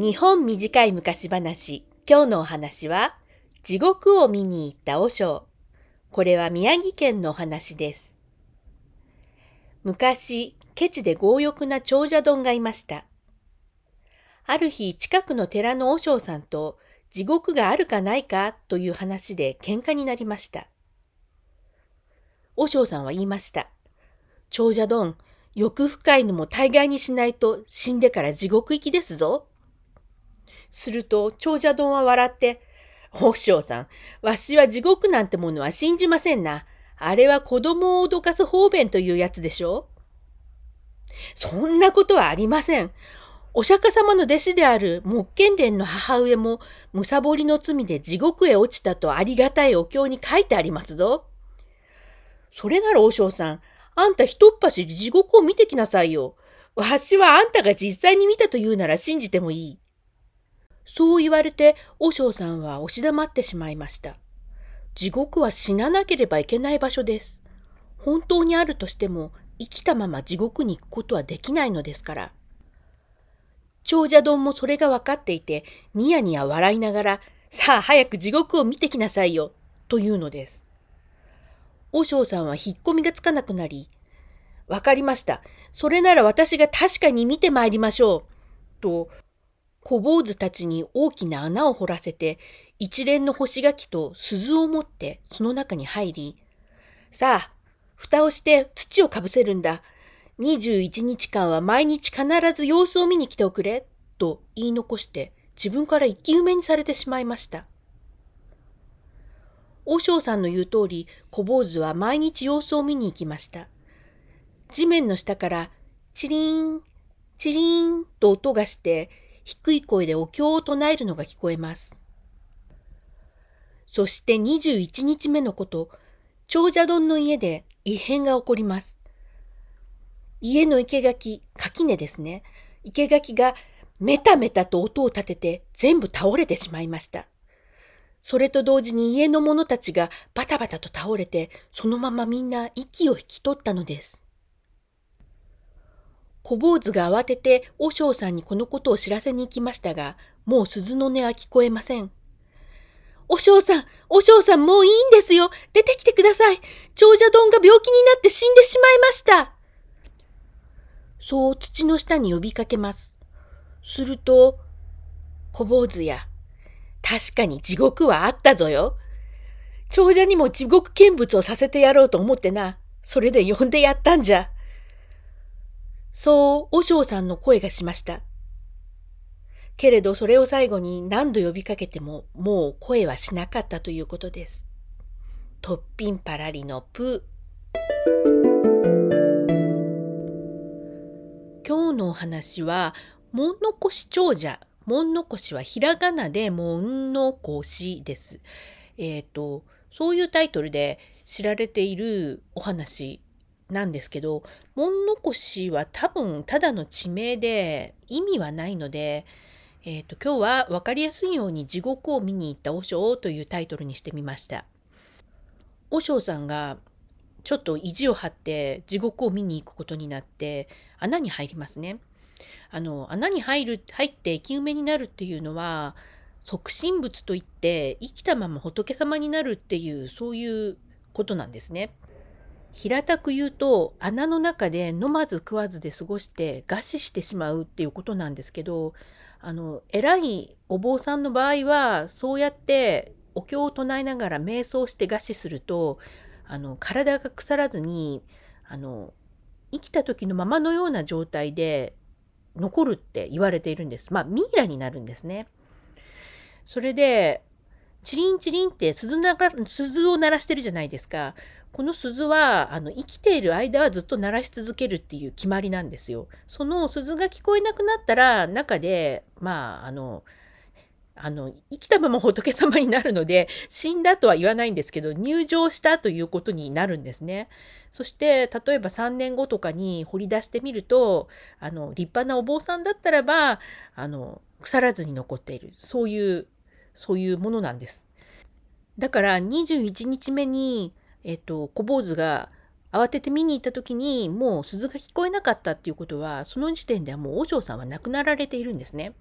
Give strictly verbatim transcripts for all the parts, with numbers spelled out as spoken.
日本短い昔話、今日のお話は、地獄を見に行った和尚。これは宮城県のお話です。昔、ケチで強欲な長者丼がいました。ある日、近くの寺の和尚さんと、地獄があるかないかという話で喧嘩になりました。和尚さんは言いました。長者丼、欲深いのも大概にしないと死んでから地獄行きですぞ。すると長者丼は笑って、和尚さん、わしは地獄なんてものは信じませんな。あれは子供を脅かす方便というやつでしょ。そんなことはありません。お釈迦様の弟子である木剣蓮の母上も、むさぼりの罪で地獄へ落ちたとありがたいお経に書いてありますぞ。それなら和尚さん、あんた一っ走り地獄を見てきなさいよ。わしはあんたが実際に見たというなら信じてもいい。そう言われて、和尚さんは押し黙ってしまいました。地獄は死ななければいけない場所です。本当にあるとしても、生きたまま地獄に行くことはできないのですから。長者丼もそれが分かっていて、ニヤニヤ笑いながら、さあ早く地獄を見てきなさいよ、というのです。和尚さんは引っ込みがつかなくなり、わかりました。それなら私が確かに見てまいりましょう。と、小坊主たちに大きな穴を掘らせて、一連の干し柿と鈴を持ってその中に入り、さあ、蓋をして土をかぶせるんだ。にじゅういちにちかんは毎日必ず様子を見に来ておくれ。と言い残して自分から生き埋めにされてしまいました。和尚さんの言う通り、小坊主は毎日様子を見に行きました。地面の下からチリーン、チリーンと音がして、低い声でお経を唱えるのが聞こえます。そしてにじゅういちにちめのこと、長者丼の家で異変が起こります。家の生垣、垣根ですね。生垣がメタメタと音を立てて全部倒れてしまいました。それと同時に家の者たちがバタバタと倒れて、そのままみんな息を引き取ったのです。小坊主が慌てて和尚さんにこのことを知らせに行きましたが、もう鈴の音は聞こえません。和尚さん、和尚さんもういいんですよ。出てきてください。長者丼が病気になって死んでしまいました。そう土の下に呼びかけます。すると、小坊主や、確かに地獄はあったぞよ。長者にも地獄見物をさせてやろうと思ってな。それで呼んでやったんじゃ。そう和尚さんの声がしました。けれどそれを最後に何度呼びかけてももう声はしなかったということです。とっぴんぱらりのプー。今日のお話は、もんのこし長者。もんのこしはひらがなでもんのこしです。えっと、そういうタイトルで知られているお話なんですけど、もんのこしは多分ただの地名で意味はないので、えーと、今日は分かりやすいように地獄を見に行った和尚というタイトルにしてみました。和尚さんがちょっと意地を張って地獄を見に行くことになって穴に入りますね。あの穴に入る入って生き埋めになるっていうのは即身仏といって生きたまま仏様になるっていうそういうことなんですね。平たく言うと穴の中で飲まず食わずで過ごして餓死してしまうっていうことなんですけど、あの偉いお坊さんの場合はそうやってお経を唱えながら瞑想して餓死するとあの体が腐らずにあの生きた時のままのような状態で残るって言われているんです。まあミイラになるんですね。それでチリンチリンって鈴なが鈴を鳴らしてるじゃないですか。この鈴はあの生きている間はずっと鳴らし続けるっていう決まりなんですよ。その鈴が聞こえなくなったら中でまああのあの生きたまま仏様になるので死んだとは言わないんですけど入場したということになるんですね。そして例えばさんねんごとかに掘り出してみるとあの立派なお坊さんだったらばあの腐らずに残っているそういうそういうものなんです。だからにじゅういちにちめに、えっと、小坊主が慌てて見に行った時にもう鈴が聞こえなかったっていうことはその時点ではもう和尚さんは亡くなられているんですね。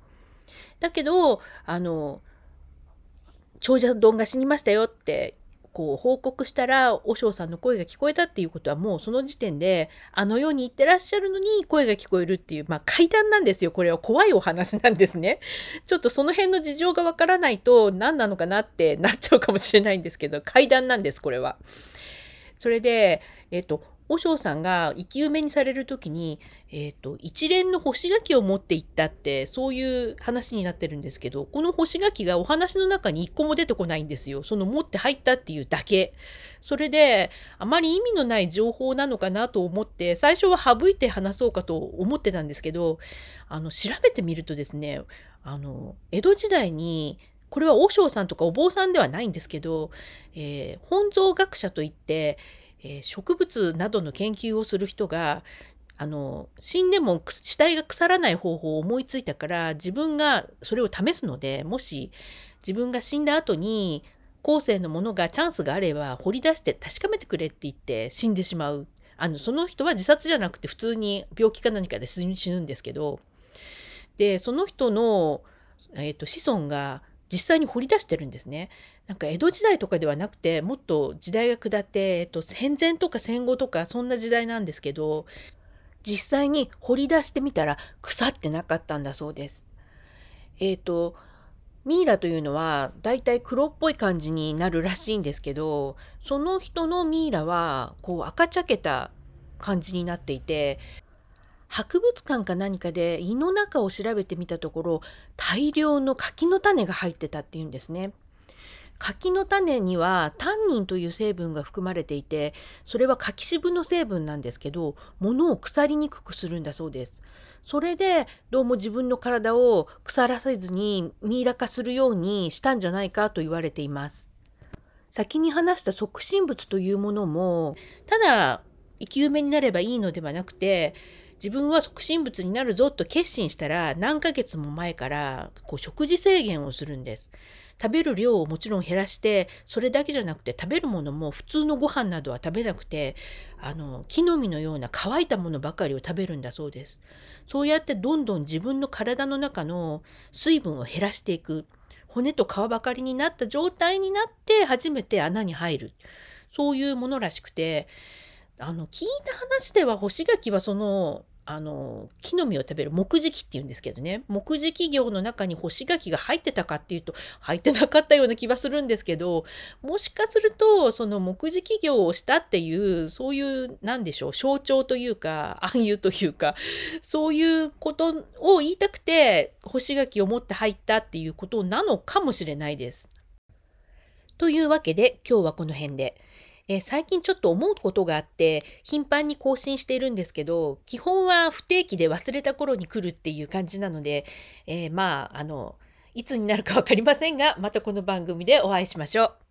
だけどあの長者丼が死にましたよってこう報告したら和尚さんの声が聞こえたっていうことはもうその時点であの世に行ってらっしゃるのに声が聞こえるっていう、まあ怪談なんですよ。これは怖いお話なんですね。ちょっとその辺の事情がわからないと何なのかなってなっちゃうかもしれないんですけど、怪談なんですこれは。それでえっと和尚さんが生き埋めにされる時に、えーと、一連の干し柿を持っていったってそういう話になってるんですけど、この干し柿がお話の中に一個も出てこないんですよ。その持って入ったっていうだけ。それであまり意味のない情報なのかなと思って最初は省いて話そうかと思ってたんですけど、あの調べてみるとですね、あの江戸時代にこれは和尚さんとかお坊さんではないんですけど、えー、本草学者といってえー、植物などの研究をする人があの死んでも死体が腐らない方法を思いついたから自分がそれを試すので、もし自分が死んだ後に後世のものがチャンスがあれば掘り出して確かめてくれって言って死んでしまう。あのその人は自殺じゃなくて普通に病気か何かで死ぬんですけど、でその人の、えーと、子孫が実際に掘り出してるんですね。なんか江戸時代とかではなくてもっと時代が下って、えっと、戦前とか戦後とかそんな時代なんですけど、実際に掘り出してみたら腐ってなかったんだそうです。えっとミイラというのはだいたい黒っぽい感じになるらしいんですけど、その人のミイラはこう赤茶けた感じになっていて、博物館か何かで胃の中を調べてみたところ大量の柿の種が入ってたっていうんですね。柿の種にはタンニンという成分が含まれていて、それは柿渋の成分なんですけど、物を腐りにくくするんだそうです。それでどうも自分の体を腐らせずにミイラ化するようにしたんじゃないかと言われています。先に話した即身仏というものもただ生き埋めになればいいのではなくて、自分は即身仏になるぞと決心したら何ヶ月も前からこう食事制限をするんです。食べる量をもちろん減らして、それだけじゃなくて食べるものも普通のご飯などは食べなくて、あの木の実のような乾いたものばかりを食べるんだそうです。そうやってどんどん自分の体の中の水分を減らしていく。骨と皮ばかりになった状態になって初めて穴に入る。そういうものらしくて、あの聞いた話では干し柿はそのあの木の実を食べる木磁器っていうんですけどね、木磁器業の中に干し柿が入ってたかっていうと入ってなかったような気はするんですけど、もしかするとその木磁器業をしたっていうそういうなんでしょう、象徴というか暗喩というかそういうことを言いたくて干し柿を持って入ったっていうことなのかもしれないです。というわけで今日はこの辺で。えー最近ちょっと思うことがあって頻繁に更新しているんですけど、基本は不定期で忘れた頃に来るっていう感じなので、えーまああのいつになるか分かりませんが、またこの番組でお会いしましょう。